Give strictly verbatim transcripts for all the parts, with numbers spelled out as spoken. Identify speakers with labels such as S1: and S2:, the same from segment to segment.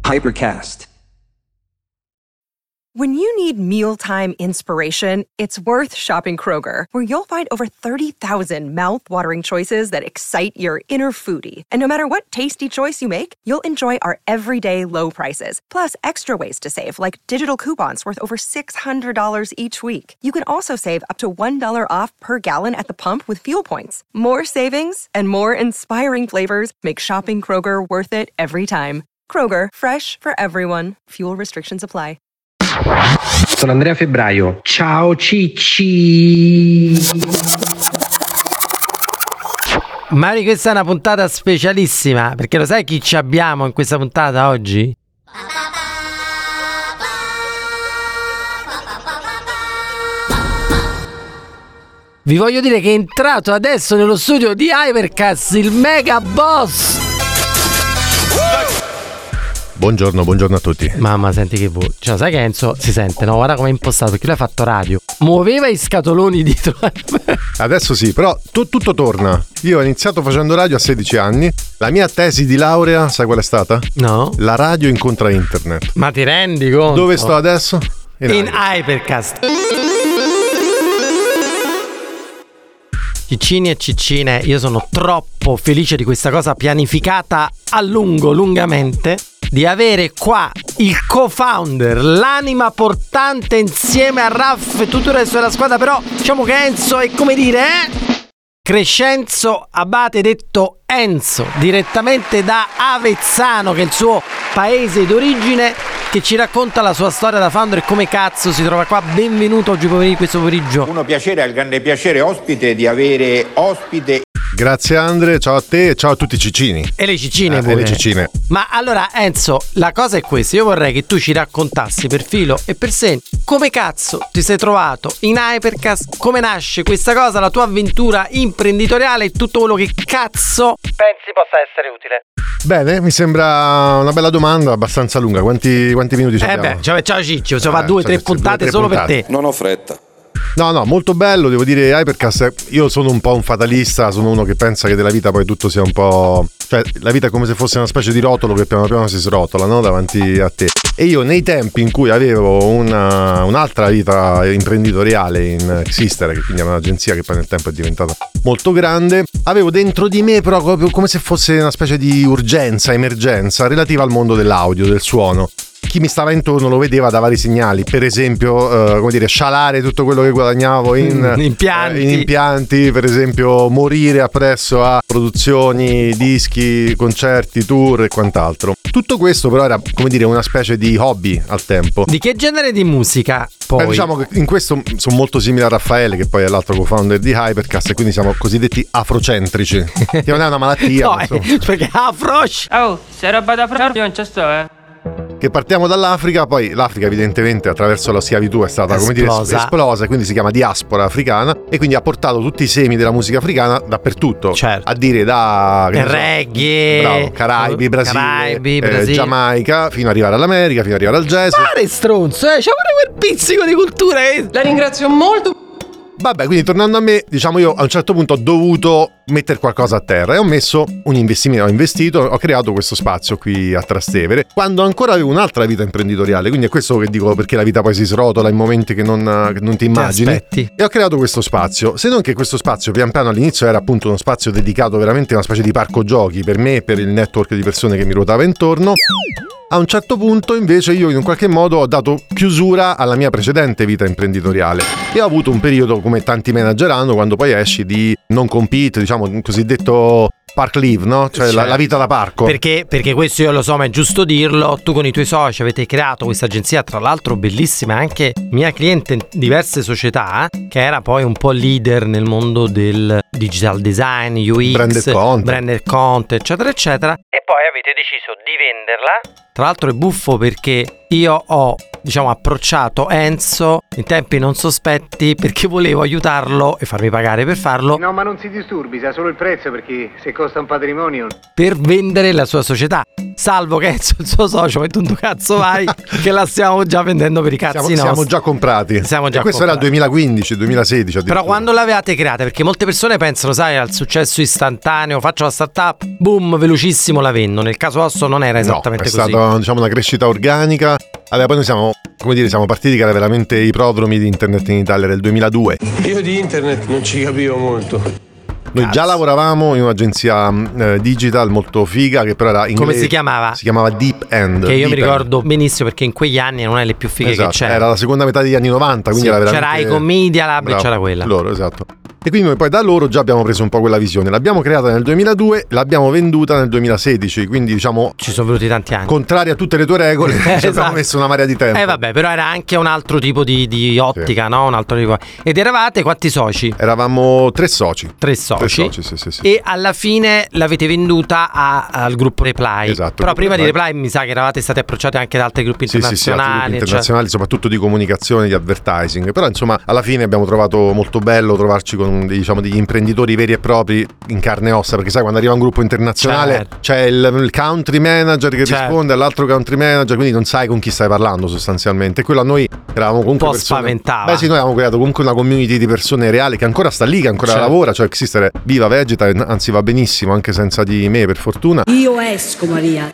S1: Hypercast.
S2: When you need mealtime inspiration, it's worth shopping Kroger, where you'll find over thirty thousand mouth-watering choices that excite your inner foodie. And no matter what tasty choice you make, you'll enjoy our everyday low prices, plus extra ways to save, like digital coupons worth over six hundred dollars each week. You can also save up to one dollar off per gallon at the pump with fuel points. More savings and more inspiring flavors make shopping Kroger worth it every time. Kroger, fresh for everyone. Fuel restrictions apply.
S3: Sono Andrea Febbraio. Ciao Cicci.
S4: Mari, questa è una puntata specialissima, perché lo sai chi ci abbiamo in questa puntata oggi? Vi voglio dire che è entrato adesso nello studio di Hypercast il mega boss.
S5: Buongiorno, buongiorno a tutti.
S4: Mamma, senti che voce. Cioè, sai che Enzo si sente, no? Guarda come è impostato, perché lui ha fatto radio. Muoveva i scatoloni dietro.
S5: Adesso sì, però tu, tutto torna. Io ho iniziato facendo radio a sedici anni. La mia tesi di laurea, sai qual è stata?
S4: No.
S5: La radio incontra internet.
S4: Ma ti rendi conto?
S5: Dove sto adesso?
S4: In, In Hypercast. Ciccini e ciccine, io sono troppo felice di questa cosa pianificata a lungo, lungamente, di avere qua il co-founder, l'anima portante insieme a Raff e tutto il resto della squadra. Però diciamo che Enzo è, come dire, eh? Crescenzo Abate, detto Enzo, direttamente da Avezzano, che è il suo paese d'origine, che ci racconta la sua storia da founder e come cazzo si trova qua. Benvenuto oggi pomeriggio, questo pomeriggio.
S6: Uno piacere, al grande piacere ospite di avere ospite.
S5: Grazie Andre, ciao a te e ciao a tutti i ciccini.
S4: E le ciccine
S5: eh,
S4: pure.
S5: E le ciccine.
S4: Ma allora Enzo, la cosa è questa, io vorrei che tu ci raccontassi per filo e per segno come cazzo ti sei trovato in Hypercast, come nasce questa cosa, la tua avventura imprenditoriale e tutto quello che cazzo pensi possa essere utile.
S5: Bene, mi sembra una bella domanda, abbastanza lunga. Quanti, quanti minuti ci
S4: eh
S5: abbiamo?
S4: Beh, ciao, ciao Ciccio, possiamo
S5: eh,
S4: fare due o tre puntate
S5: due, tre
S4: solo
S5: puntate.
S4: per te.
S7: Non ho fretta.
S5: No, no, molto bello, devo dire, Hypercast. Io sono un po' un fatalista, sono uno che pensa che della vita poi tutto sia un po'... Cioè, la vita è come se fosse una specie di rotolo che piano piano si srotola, no? Davanti a te. E io nei tempi in cui avevo una, un'altra vita imprenditoriale in Xister, che quindi è un'agenzia che poi nel tempo è diventata molto grande, avevo dentro di me però proprio come se fosse una specie di urgenza, emergenza relativa al mondo dell'audio, del suono. Chi mi stava intorno lo vedeva da vari segnali, per esempio, eh, come dire, scialare tutto quello che guadagnavo in,
S4: mm, impianti.
S5: Eh, in impianti, per esempio, morire appresso a produzioni, dischi, concerti, tour e quant'altro. Tutto questo però era, come dire, una specie di hobby al tempo.
S4: Di che genere di musica poi?
S5: Beh, diciamo che in questo sono molto simile a Raffaele, che poi è l'altro co-founder di Hypercast, e quindi siamo cosiddetti afrocentrici, che non è una malattia.
S4: No, eh, perché afrosh.
S8: Oh, se roba da afro io non ci sto, eh.
S5: Che partiamo dall'Africa, poi l'Africa evidentemente attraverso la schiavitù è stata
S4: esplosa.
S5: come dire esplosa, quindi si chiama diaspora africana, e quindi ha portato tutti i semi della musica africana dappertutto,
S4: certo.
S5: A dire da che
S4: reggae,
S5: so, bravo, Caraibi, Brasile,
S4: Caraibi,
S5: eh,
S4: Brasile.
S5: Giamaica, fino ad arrivare all'America, fino ad arrivare al jazz.
S4: Pare stronzo, eh, c'è pure quel pizzico di cultura, eh.
S8: La ringrazio molto.
S5: Vabbè, quindi tornando a me, diciamo io a un certo punto ho dovuto mettere qualcosa a terra e ho messo un investimento, ho investito, ho creato questo spazio qui a Trastevere, quando ancora avevo un'altra vita imprenditoriale, quindi è questo che dico, perché la vita poi si srotola in momenti che non, che non ti immagini.
S4: Aspetti.
S5: E ho creato questo spazio, se non che questo spazio pian piano all'inizio era appunto uno spazio dedicato veramente a una specie di parco giochi per me e per il network di persone che mi ruotava intorno. A un certo punto invece io in un qualche modo ho dato chiusura alla mia precedente vita imprenditoriale e ho avuto un periodo, come tanti manager hanno, quando poi esci, di non compete, diciamo un cosiddetto park leave, no? Cioè certo. la, la vita da parco.
S4: Perché, perché questo io lo so, ma è giusto dirlo, tu con i tuoi soci avete creato questa agenzia, tra l'altro bellissima, anche mia cliente in diverse società, che era poi un po' leader nel mondo del digital design, U X,
S5: branded content,
S4: branded content eccetera eccetera, e poi avete deciso di venderla. Tra l'altro è buffo perché io ho, diciamo, approcciato Enzo in tempi non sospetti perché volevo aiutarlo e farmi pagare per farlo.
S9: No, ma non si disturbi, sa solo il prezzo, perché se costa un patrimonio.
S4: Per vendere la sua società. salvo che Enzo il suo socio, e tu cazzo vai che la stiamo già vendendo per i cazzi
S5: siamo,
S4: nostri.
S5: siamo già comprati.
S4: Siamo già
S5: e questo
S4: comprati.
S5: era il duemilaquindici duemilasedici
S4: Però quando l'avevate creata, perché molte persone pensano, sai, al successo istantaneo, faccio la startup, boom, velocissimo la vendo. Nel caso vostro non era esattamente
S5: no, è
S4: così.
S5: È stata, diciamo, una crescita organica. Allora, poi noi siamo, come dire, siamo partiti che era veramente i prodromi di internet in Italia del duemiladue.
S1: Io di internet non ci capivo molto.
S5: Noi
S4: Cazzo.
S5: già lavoravamo in un'agenzia eh, digital molto figa, che però era inglese.
S4: Come si chiamava?
S5: Si chiamava Deep End.
S4: Che io
S5: Deep
S4: mi
S5: End.
S4: ricordo benissimo, perché in quegli anni era una delle più fighe
S5: Esatto,
S4: che c'era.
S5: era la seconda metà degli anni novanta, quindi
S4: Sì,
S5: era veramente...
S4: c'era Icon Media Lab e
S5: Bravo,
S4: c'era quella.
S5: Loro, esatto. E quindi noi poi da loro già abbiamo preso un po' quella visione. L'abbiamo creata nel duemiladue, l'abbiamo venduta nel duemilasedici, quindi diciamo
S4: Ci sono venuti tanti anni.
S5: contrari a tutte le tue regole, ci
S4: Esatto.
S5: abbiamo messo una marea di tempo.
S4: Eh vabbè, però era anche un altro tipo di, di ottica,
S5: Sì.
S4: no? Un altro tipo. Ed eravate quanti soci?
S5: Eravamo tre soci.
S4: Tre soci.
S5: Tre soci, sì, sì, sì.
S4: E alla fine l'avete venduta a- al gruppo Reply.
S5: Esatto,
S4: Però
S5: gruppo
S4: prima di
S5: Reply.
S4: Reply mi sa che eravate stati approcciati anche da altri gruppi
S5: Sì, sì, sì, altri gruppi
S4: internazionali. cioè-
S5: internazionali, soprattutto di comunicazione, di advertising. Però insomma alla fine abbiamo trovato molto bello trovarci con diciamo degli imprenditori veri e propri in carne e ossa, perché sai quando arriva un gruppo internazionale
S4: Certo.
S5: c'è il, il country manager che
S4: Certo.
S5: risponde all'altro country manager, quindi non sai con chi stai parlando sostanzialmente. E quello a noi eravamo comunque
S4: Un po'
S5: persone...
S4: spaventava.
S5: Beh sì, noi avevamo creato comunque una community di persone reali che ancora sta lì, che ancora
S4: Certo.
S5: lavora, cioè Existere viva, vegeta, e anzi va benissimo anche senza di me, per fortuna.
S7: Io esco, Maria.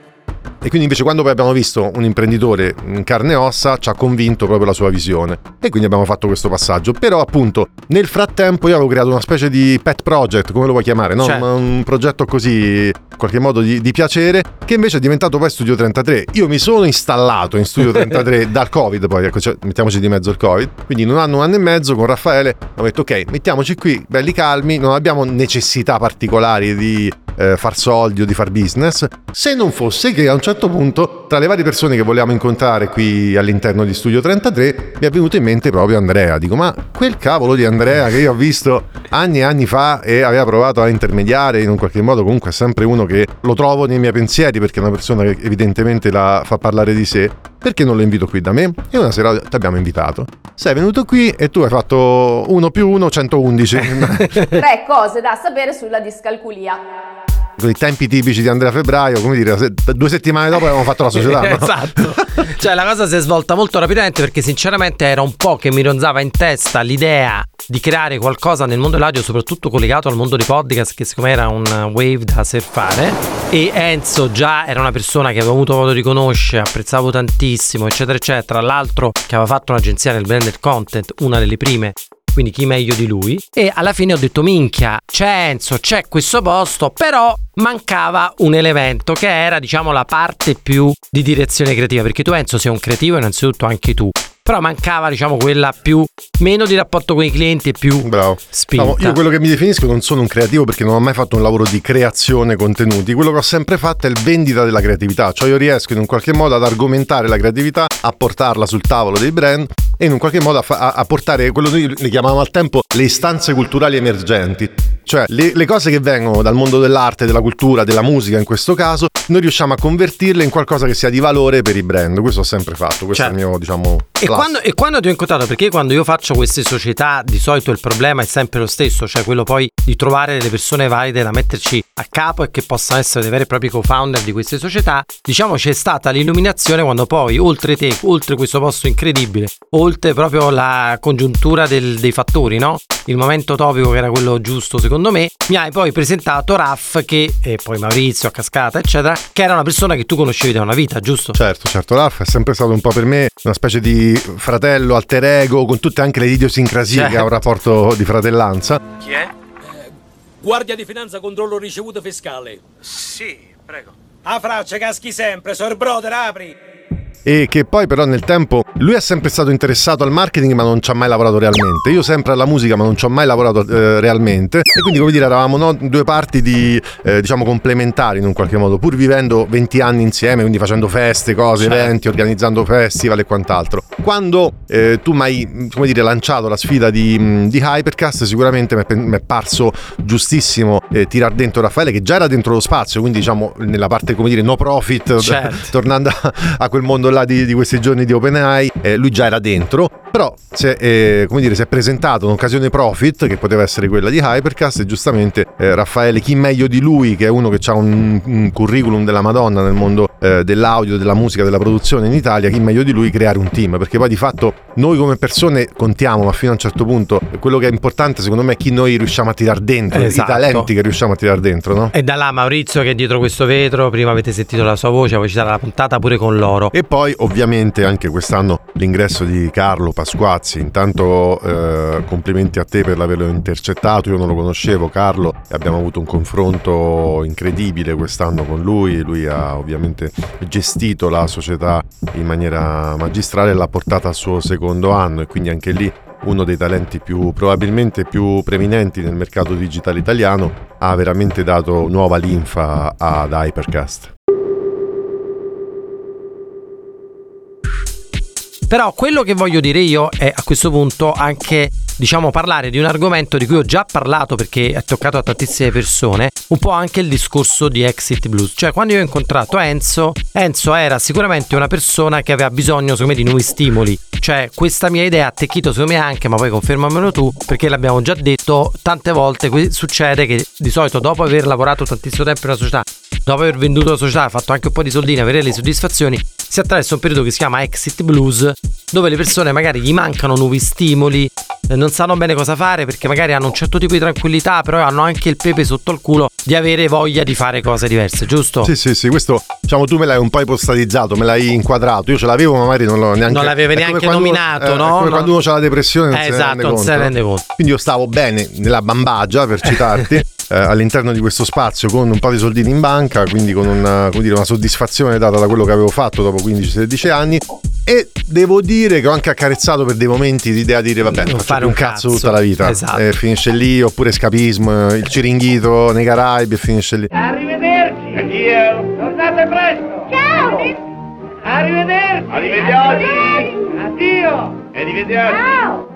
S5: E quindi invece quando poi abbiamo visto un imprenditore in carne e ossa ci ha convinto proprio la sua visione e quindi abbiamo fatto questo passaggio. Però appunto nel frattempo io avevo creato una specie di pet project, come lo vuoi chiamare, no?
S4: Certo.
S5: un, un progetto così in qualche modo di, di piacere, che invece è diventato poi Studio trentatré. Io mi sono installato in Studio trentatré dal Covid, poi ecco, cioè, mettiamoci di mezzo il Covid, quindi in un anno, un anno e mezzo con Raffaele ho detto ok, mettiamoci qui belli calmi, non abbiamo necessità particolari di eh, far soldi o di far business, se non fosse che a un certo punto tra le varie persone che vogliamo incontrare qui all'interno di Studio trentatré mi è venuto in mente proprio Andrea. Dico, ma quel cavolo di Andrea che io ho visto anni e anni fa e aveva provato a intermediare in un qualche modo, comunque è sempre uno che lo trovo nei miei pensieri perché è una persona che evidentemente la fa parlare di sé, perché non lo invito qui da me? E una sera ti abbiamo invitato, sei venuto qui e tu hai fatto uno più uno centoundici
S9: Tre cose da sapere sulla discalculia.
S5: con i tempi tipici di Andrea Febbraio, come dire, se- due settimane dopo avevamo fatto la società, no?
S4: Esatto. Cioè la cosa si è svolta molto rapidamente, perché sinceramente era un po' che mi ronzava in testa l'idea di creare qualcosa nel mondo dell'audio, soprattutto collegato al mondo dei podcast, che siccome era un wave da surfare, e Enzo già era una persona che avevo avuto modo di conoscere, apprezzavo tantissimo, eccetera eccetera. L'altro che aveva fatto un'agenzia nel branded content, una delle prime, quindi chi meglio di lui. E alla fine ho detto minchia, c'è Enzo, c'è questo posto, però mancava un elemento che era, diciamo, la parte più di direzione creativa, perché tu Enzo sei un creativo innanzitutto, anche tu, però mancava, diciamo, quella più meno di rapporto con i clienti e più
S5: Bravo.
S4: spinta.
S5: No, io quello che mi definisco non sono un creativo perché non ho mai fatto un lavoro di creazione contenuti. Quello che ho sempre fatto è il vendita della creatività, cioè io riesco in un qualche modo ad argomentare la creatività, a portarla sul tavolo dei brand e in un qualche modo a, fa- a- a portare quello che noi le chiamavamo al tempo le istanze culturali emergenti, cioè le, le cose che vengono dal mondo dell'arte, della cultura, della musica in questo caso, noi riusciamo a convertirle in qualcosa che sia di valore per i brand. Questo ho sempre fatto, questo
S4: Certo.
S5: è il mio, diciamo,
S4: E
S5: plus.
S4: quando, e quando ti ho incontrato, perché quando io faccio queste società di solito il problema è sempre lo stesso, cioè quello poi di trovare delle persone valide da metterci a capo e che possano essere dei veri e propri co-founder di queste società. Diciamo c'è stata l'illuminazione quando poi, oltre te, oltre questo posto incredibile, oltre proprio la congiuntura del- dei fattori, no? Il momento topico che era quello giusto secondo me, mi hai poi presentato Raff, che, e poi Maurizio a cascata eccetera, che era una persona che tu conoscevi da una vita, giusto?
S5: Certo, certo, Raff è sempre stato un po' per me una specie di fratello, alter ego, con tutte anche le idiosincrasie
S4: Certo.
S5: che ha un rapporto di fratellanza.
S8: Chi è?
S10: Guardia di Finanza Controllo Ricevuto Fiscale.
S8: Sì, prego.
S10: A fraccia caschi sempre, sor brother, apri!
S5: E che poi però nel tempo lui è sempre stato interessato al marketing ma non ci ha mai lavorato realmente, io sempre alla musica ma non ci ho mai lavorato eh, realmente, e quindi come dire eravamo, no, due parti di eh, diciamo complementari in un qualche modo, pur vivendo venti anni insieme, quindi facendo feste, cose,
S4: Certo.
S5: eventi, organizzando festival e quant'altro. Quando eh, tu mi hai, come dire, lanciato la sfida di, di Hypercast, sicuramente mi è, mi è parso giustissimo eh, tirar dentro Raffaele, che già era dentro lo spazio, quindi diciamo nella parte, come dire, no profit,
S4: Certo.
S5: tornando a, a quel mondo là di, di questi giorni di OpenAI, eh, lui già era dentro, Però si è, eh, come dire, si è presentato un'occasione profit che poteva essere quella di Hypercast e giustamente eh, Raffaele, chi meglio di lui, che è uno che ha un, un curriculum della Madonna nel mondo eh, dell'audio, della musica, della produzione in Italia, chi meglio di lui creare un team, perché poi di fatto noi come persone contiamo, ma fino a un certo punto quello che è importante secondo me è chi noi riusciamo a tirar dentro, esatto. I talenti che riusciamo a tirar dentro, no?
S4: E da là Maurizio che è dietro questo vetro, prima avete sentito la sua voce, poi ci sarà la puntata pure con loro.
S5: E poi ovviamente anche quest'anno l'ingresso di Carlo Pasquazzi. Intanto eh, complimenti a te per l'averlo intercettato, io non lo conoscevo Carlo e abbiamo avuto un confronto incredibile quest'anno con lui. Lui ha ovviamente gestito la società in maniera magistrale e l'ha portata al suo secondo anno, e quindi anche lì uno dei talenti più probabilmente più preeminenti nel mercato digitale italiano, ha veramente dato nuova linfa ad Hypercast.
S4: Però quello che voglio dire io è a questo punto anche, diciamo, parlare di un argomento di cui ho già parlato perché è toccato a tantissime persone, un po' anche il discorso di Exit Blues. Cioè, quando io ho incontrato Enzo, Enzo era sicuramente una persona che aveva bisogno, secondo me, di nuovi stimoli. Cioè, questa mia idea ha attecchito secondo me anche, ma poi confermamelo tu, perché l'abbiamo già detto tante volte, succede che di solito dopo aver lavorato tantissimo tempo in una società, dopo aver venduto la società, fatto anche un po' di soldini, avere le soddisfazioni, si attraversa un periodo che si chiama Exit Blues, dove le persone magari gli mancano nuovi stimoli, non sanno bene cosa fare perché magari hanno un certo tipo di tranquillità, però hanno anche il pepe sotto il culo di avere voglia di fare cose diverse, giusto?
S5: Sì, sì, sì, questo diciamo tu me l'hai un po' ipostatizzato, me l'hai inquadrato, io ce l'avevo ma magari non l'ho neanche...
S4: Non l'avevi neanche nominato,
S5: uno,
S4: no?
S5: Eh, come
S4: no?
S5: quando uno c'ha la depressione non
S4: eh,
S5: se
S4: esatto,
S5: ne rende
S4: non
S5: conto.
S4: se ne rende conto.
S5: Quindi io stavo bene nella bambagia, per citarti, eh, all'interno di questo spazio con un po' di soldini in banca, quindi con una, come dire, una soddisfazione data da quello che avevo fatto dopo quindici sedici anni. E devo dire che ho anche accarezzato per dei momenti l'idea di dire vabbè, non faccio fare un cazzo, cazzo tutta la vita,
S4: esatto.
S5: E finisce lì, oppure scapismo, il Ciringhito nei Caraibi e finisce lì.
S7: Arrivederci. Addio. Tornate presto.
S11: Ciao.
S7: Arrivederci. Arrivederci. Addio. E arrivederci.
S11: Ciao.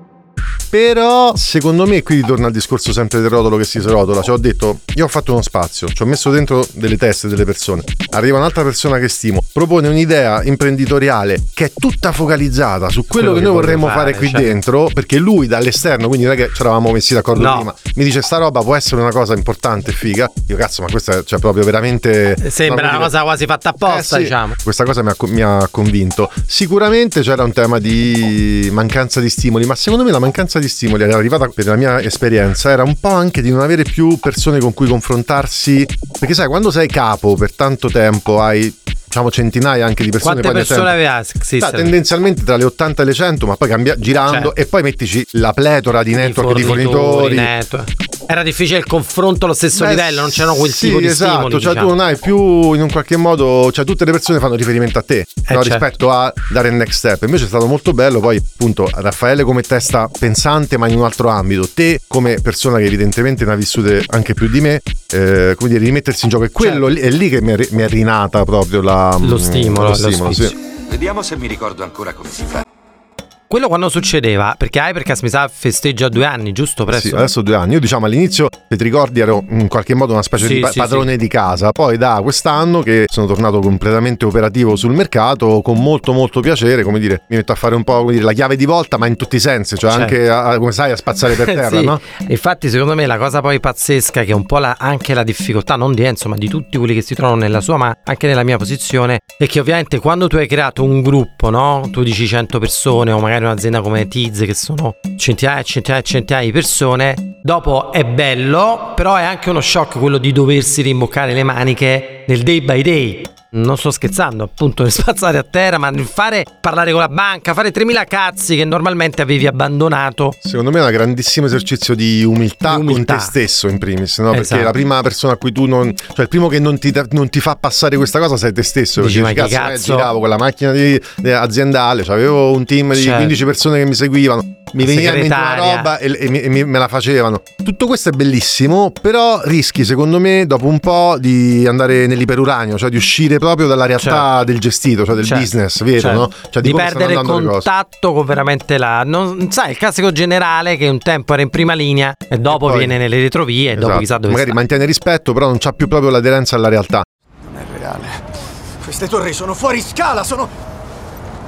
S5: Però secondo me qui ritorna al discorso sempre del rotolo che si srotola. Cioè ho detto, io ho fatto uno spazio, ci ho messo dentro delle teste delle persone, arriva un'altra persona che stimo, propone un'idea imprenditoriale che è tutta focalizzata su quello, quello che, che noi vorremmo fare, fare qui cioè. dentro, perché lui dall'esterno, quindi non è che ci eravamo messi d'accordo no. prima, mi dice sta roba può essere una cosa importante e figa. Io cazzo, ma questa è cioè, proprio veramente
S4: sembra una dire... cosa quasi fatta apposta, eh, sì. diciamo.
S5: Questa cosa mi ha, mi ha convinto. Sicuramente c'era un tema di mancanza di stimoli, ma secondo me la mancanza di stimoli era arrivata, per la mia esperienza, era un po' anche di non avere più persone con cui confrontarsi, perché sai, quando sei capo per tanto tempo hai diciamo centinaia anche di persone.
S4: Quante persone aveva? Sì,
S5: da, tendenzialmente tra le ottanta e le cento, ma poi cambia girando, cioè, e poi mettici la pletora di network di fornitori,
S4: di network. Era difficile il confronto allo stesso Beh, livello, non c'erano quel
S5: sì,
S4: tipo di
S5: esatto,
S4: stimoli,
S5: cioè
S4: diciamo.
S5: Tu non hai più in un qualche modo, cioè tutte le persone fanno riferimento a te, eh, no, certo. rispetto a dare il next step. Invece è stato molto bello poi appunto Raffaele come testa pensante ma in un altro ambito, te come persona che evidentemente ne ha vissute anche più di me, eh, come dire, rimettersi in gioco, e quello certo. è lì che mi è, mi è rinata proprio la,
S4: lo stimolo,
S5: lo stimolo
S4: lo
S5: sì.
S12: Vediamo se mi ricordo ancora come si fa.
S4: Quello quando succedeva, perché Hypercast mi sa festeggia due anni, giusto? Presso?
S5: Sì, adesso due anni. Io diciamo all'inizio, se ti ricordi, ero in qualche modo una specie sì, di pa- sì, padrone sì. di casa. Poi da quest'anno che sono tornato completamente operativo sul mercato, con molto molto piacere, come dire, mi metto a fare un po' come dire, la chiave di volta, ma in tutti i sensi, cioè certo. anche a, come sai a spazzare per terra,
S4: sì.
S5: no?
S4: Infatti secondo me la cosa poi pazzesca, che è un po' la, anche la difficoltà, non di Enzo, ma di tutti quelli che si trovano nella sua, ma anche nella mia posizione, è che ovviamente quando tu hai creato un gruppo, no? Tu dici cento persone o magari un'azienda come T che sono centinaia e centinaia e centinaia di persone, dopo è bello, però è anche uno shock quello di doversi rimboccare le maniche nel day by day. Non sto scherzando, appunto, nel spazzare a terra, ma nel fare, parlare con la banca, fare tremila cazzi che normalmente avevi abbandonato.
S5: Secondo me è un grandissimo esercizio di umiltà, di umiltà. con te stesso in primis, no? Esatto. Perché la prima persona a cui tu non, cioè il primo che non ti, non ti fa passare questa cosa sei te stesso.
S4: Dici,
S5: perché
S4: ma
S5: cazzo,
S4: cazzo?
S5: Eh, giravo con la macchina di, eh, aziendale, cioè avevo un team di certo. quindici persone che mi seguivano, mi veniva in mente una roba e, e, mi, e mi, me la facevano. Tutto questo è bellissimo, però rischi secondo me dopo un po' di andare nell'iperuranio, cioè di uscire proprio dalla realtà certo. del gestito, cioè del certo. business, vero?
S4: Certo.
S5: No? Cioè, di,
S4: di perdere il contatto con veramente la, non sai, il classico generale che un tempo era in prima linea e dopo e poi, viene nelle retrovie e esatto. dopo chissà dove
S5: magari
S4: sta.
S5: mantiene rispetto, però non c'ha più proprio l'aderenza alla realtà.
S12: Non è reale. Queste torri sono fuori scala, sono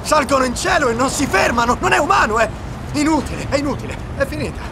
S11: salgono in cielo e non si fermano, non è umano, è inutile, è inutile, è finita.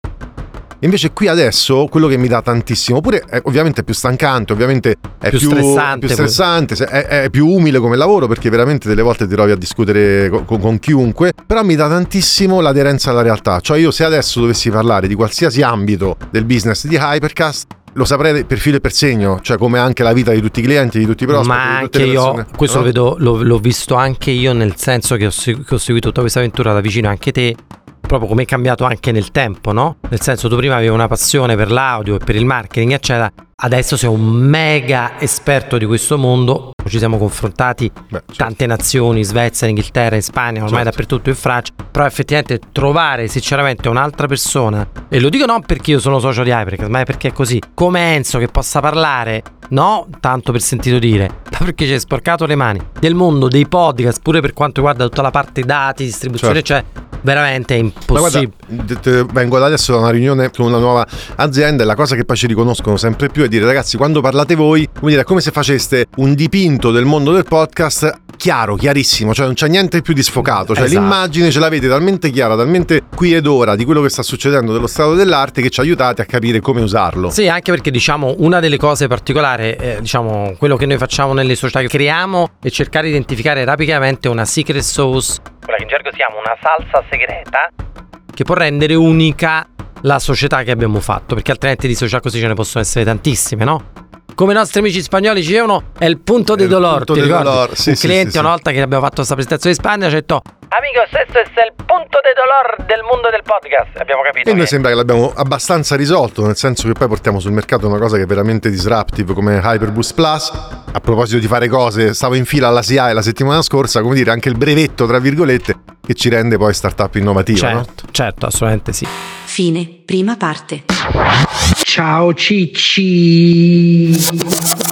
S5: Invece qui adesso quello che mi dà tantissimo, pure è ovviamente più stancante, ovviamente è
S4: Più
S5: più,
S4: stressante,
S5: più, stressante se- è, è più umile come lavoro, perché veramente delle volte ti trovi a discutere con, con- con chiunque, però mi dà tantissimo l'aderenza alla realtà. Cioè io se adesso dovessi parlare di qualsiasi ambito del business di Hypercast, lo saprei per filo e per segno, cioè come anche la vita di tutti i clienti, di tutti i prospect.
S4: Ma
S5: di tutte
S4: anche
S5: le
S4: io,
S5: persone,
S4: questo
S5: no?
S4: lo vedo, lo- l'ho visto anche io, nel senso che ho, segu- che ho seguito tutta questa avventura da vicino, anche te, proprio come è cambiato anche nel tempo, no? Nel senso, tu prima avevi una passione per l'audio e per il marketing, eccetera. Adesso sei un mega esperto di questo mondo. Ci siamo confrontati
S5: Beh, certo.
S4: tante nazioni, Svezia, Inghilterra, in Spagna, ormai
S5: Certo.
S4: dappertutto in Francia. Però effettivamente trovare sinceramente un'altra persona, e lo dico non perché io sono socio di Hypercast, ma è perché è così, come Enzo, che possa parlare, no tanto per sentito dire, ma perché ci hai sporcato le mani, del mondo dei podcast, pure per quanto riguarda tutta la parte dati, distribuzione,
S5: Certo.
S4: cioè veramente è
S5: Ma
S4: impossibile.
S5: guarda, te- te- vengo da adesso da una riunione con una nuova azienda e la cosa che poi ci riconoscono sempre più è dire: ragazzi, quando parlate voi, come dire, è come se faceste un dipinto del mondo del podcast chiaro, chiarissimo, cioè non c'è niente più di sfocato, cioè
S4: Esatto.
S5: l'immagine ce l'avete talmente chiara, talmente qui ed ora di quello che sta succedendo dello stato dell'arte, che ci aiutate a capire come usarlo.
S4: Sì, anche perché diciamo una delle cose particolari, eh, diciamo quello che noi facciamo nelle società che creiamo è cercare di identificare rapidamente una secret sauce, quella che in gergo si chiama una salsa segreta, che può rendere unica la società che abbiamo fatto, perché altrimenti di società così ce ne possono essere tantissime, no? Come i nostri amici spagnoli dicevano, è il punto
S5: È
S4: de
S5: il
S4: dolor,
S5: punto
S4: ti
S5: de
S4: ricordi?
S5: dolor, sì,
S4: Un
S5: sì,
S4: cliente
S5: sì,
S4: una
S5: sì.
S4: volta che abbiamo fatto questa presentazione in Spagna ci ha detto: amico, questo è il punto de dolor del mondo del podcast. Abbiamo capito
S5: E noi
S4: che-
S5: sembra che l'abbiamo abbastanza risolto, nel senso che poi portiamo sul mercato una cosa che è veramente disruptive come Hyperboost Plus. A proposito di fare cose, stavo in fila alla S I A E la settimana scorsa, come dire, anche il brevetto tra virgolette che ci rende poi startup innovativa, no?
S4: Certo, certo, assolutamente sì.
S13: Fine, prima parte.
S3: Ciao Cicci.